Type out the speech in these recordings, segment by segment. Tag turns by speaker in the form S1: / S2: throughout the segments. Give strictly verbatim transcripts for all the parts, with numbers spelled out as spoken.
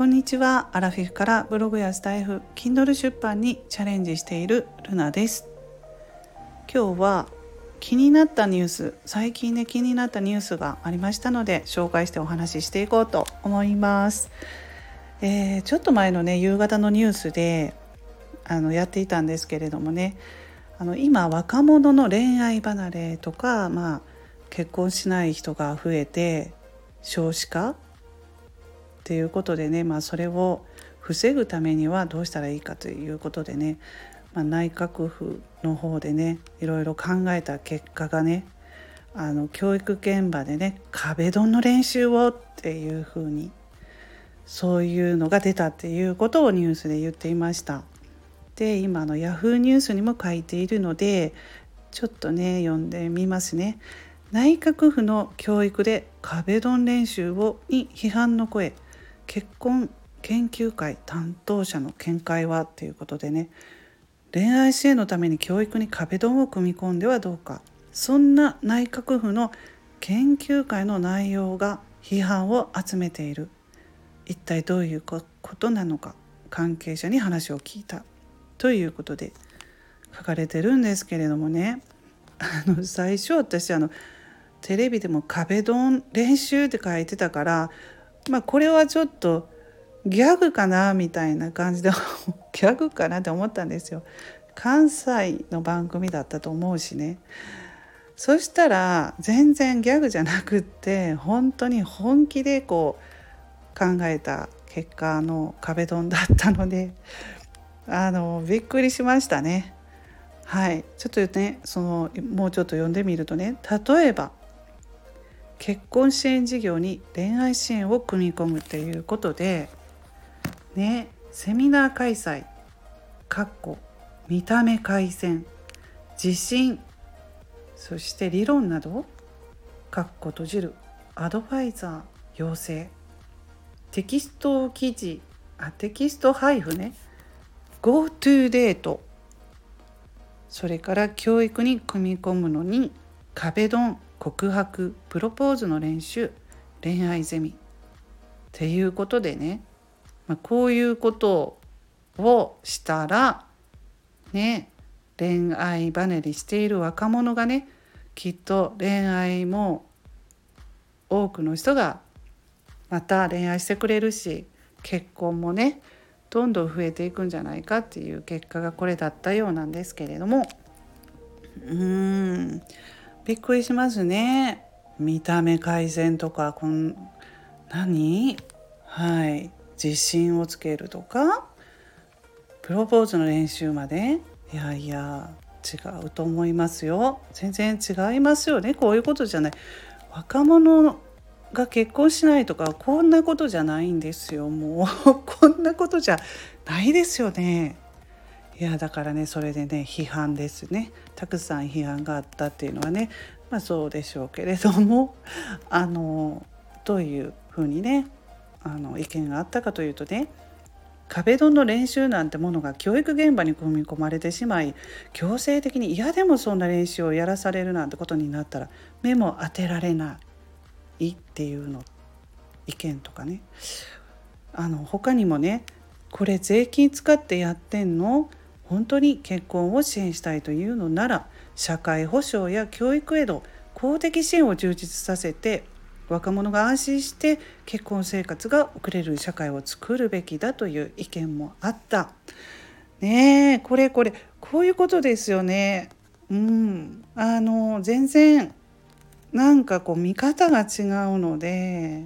S1: こんにちは。アラフィフからブログやスタイフ、Kindle 出版にチャレンジしているルナです。今日は気になったニュース、最近ね気になったニュースがありましたので紹介してお話ししていこうと思います。えー、ちょっと前のね夕方のニュースであのやっていたんですけれどもね、あの今若者の恋愛離れとか、まあ、結婚しない人が増えて少子化っていうことでね、まあ、それを防ぐためにはどうしたらいいかということでね、まあ、内閣府の方でねいろいろ考えた結果がね、あの教育現場でね壁ドンの練習をっていうふうにそういうのが出たっていうことをニュースで言っていました。で今のヤフーニュースにも書いているのでちょっとね読んでみますね。内閣府の教育で壁ドン練習をに批判の声、結婚研究会担当者の見解はということでね、恋愛支援のために教育に壁ドンを組み込んではどうか、そんな内閣府の研究会の内容が批判を集めている。一体どういうことなのか、関係者に話を聞いたということで書かれてるんですけれどもね、あの最初私あのテレビでも壁ドン練習って書いてたから、まあこれはちょっとギャグかなみたいな感じでギャグかなって思ったんですよ。関西の番組だったと思うしね。そしたら全然ギャグじゃなくって本当に本気でこう考えた結果の壁ドンだったので、あのびっくりしましたね。はい、ちょっとねそのもうちょっと読んでみるとね、例えば結婚支援事業に恋愛支援を組み込むっていうことでね、セミナー開催、かっこ見た目改善、自信、そして理論など、かっこ閉じるアドバイザー要請、テキスト記事、あテキスト配布ね、GoTo デート、それから教育に組み込むのに壁ドン、告白、プロポーズの練習、恋愛ゼミっていうことでね、まあ、こういうことをしたらね、恋愛離れしている若者がねきっと恋愛も多くの人がまた恋愛してくれるし、結婚もねどんどん増えていくんじゃないかっていう結果がこれだったようなんですけれども、うーんびっくりしますね。見た目改善とかこん何はい自信をつけるとかプロポーズの練習まで、いやいや違うと思いますよ。全然違いますよね。こういうことじゃない。若者が結婚しないとかこんなことじゃないんですよ。もうこんなことじゃないですよね。いやだからねそれでね批判ですね。たくさん批判があったっていうのはね、まあそうでしょうけれども、あのどういうふうにねあの意見があったかというとね、壁ドンの練習なんてものが教育現場に組み込まれてしまい、強制的に嫌でもそんな練習をやらされるなんてことになったら目も当てられないっていうの意見とかね、あの他にもね、これ税金使ってやってんの？本当に結婚を支援したいというのなら社会保障や教育への公的支援を充実させて若者が安心して結婚生活が送れる社会を作るべきだという意見もあったね。えこれこれこういうことですよね。うんあの全然なんかこう見方が違うので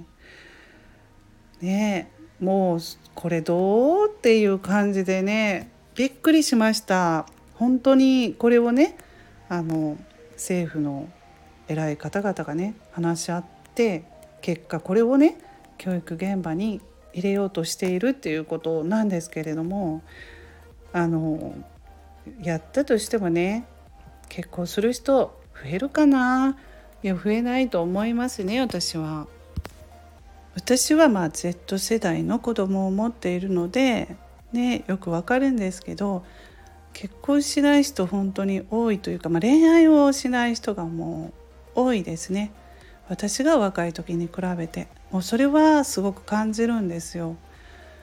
S1: ね、もうこれどうっていう感じでねびっくりしました。本当にこれをねあの政府の偉い方々がね話し合って結果これをね教育現場に入れようとしているっていうことなんですけれども、あのやったとしてもね結婚する人増えるかな。いや増えないと思いますね。私は私はまあ Z 世代の子供を持っているのでねよくわかるんですけど、結婚しない人本当に多いというか、まあ、恋愛をしない人がもう多いですね。私が若い時に比べてもうそれはすごく感じるんですよ。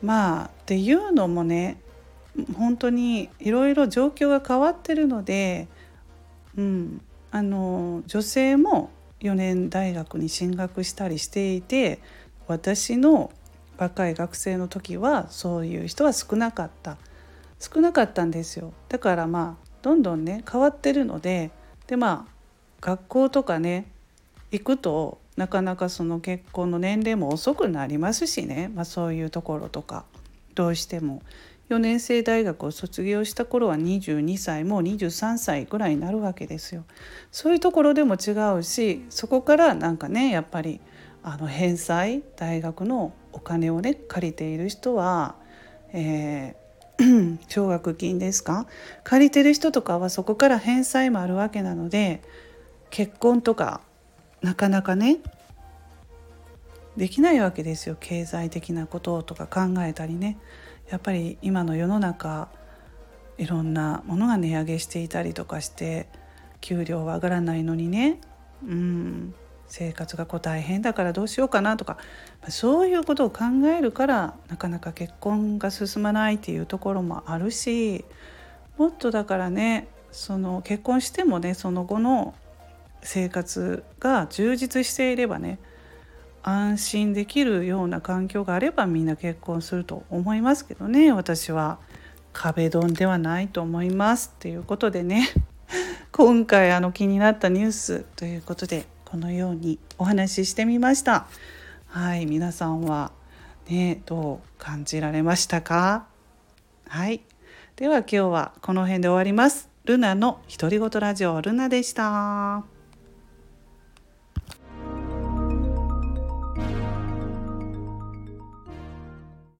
S1: まあっていうのもね、本当にいろいろ状況が変わってるので、うん、あの女性もよねん大学に進学したりしていて、私の若い学生の時はそういう人は少なかった少なかったんですよ。だからまあどんどんね変わってるので、でまあ学校とかね行くとなかなかその結婚の年齢も遅くなりますしね、まあ、そういうところとかどうしてもよねん生大学を卒業した頃はにじゅうにさいもうにじゅうさんさいぐらいになるわけですよ。そういうところでも違うし、そこからなんかねやっぱりあの返済大学のお金をね借りている人は、えー、奨学金ですか、借りてる人とかはそこから返済もあるわけなので、結婚とかなかなかねできないわけですよ。経済的なこととか考えたりね、やっぱり今の世の中いろんなものが値上げしていたりとかして、給料は上がらないのにね、うん生活がこう大変だからどうしようかなとか、そういうことを考えるからなかなか結婚が進まないっていうところもあるし、もっとだからね、その結婚してもねその後の生活が充実していればね、安心できるような環境があればみんな結婚すると思いますけどね。私は壁ドンではないと思いますということでね、今回あの気になったニュースということでこのようにお話ししてみました。はい、皆さんはねどう感じられましたか？はい、では今日はこの辺で終わります。ルナの独り言ラジオルナでした。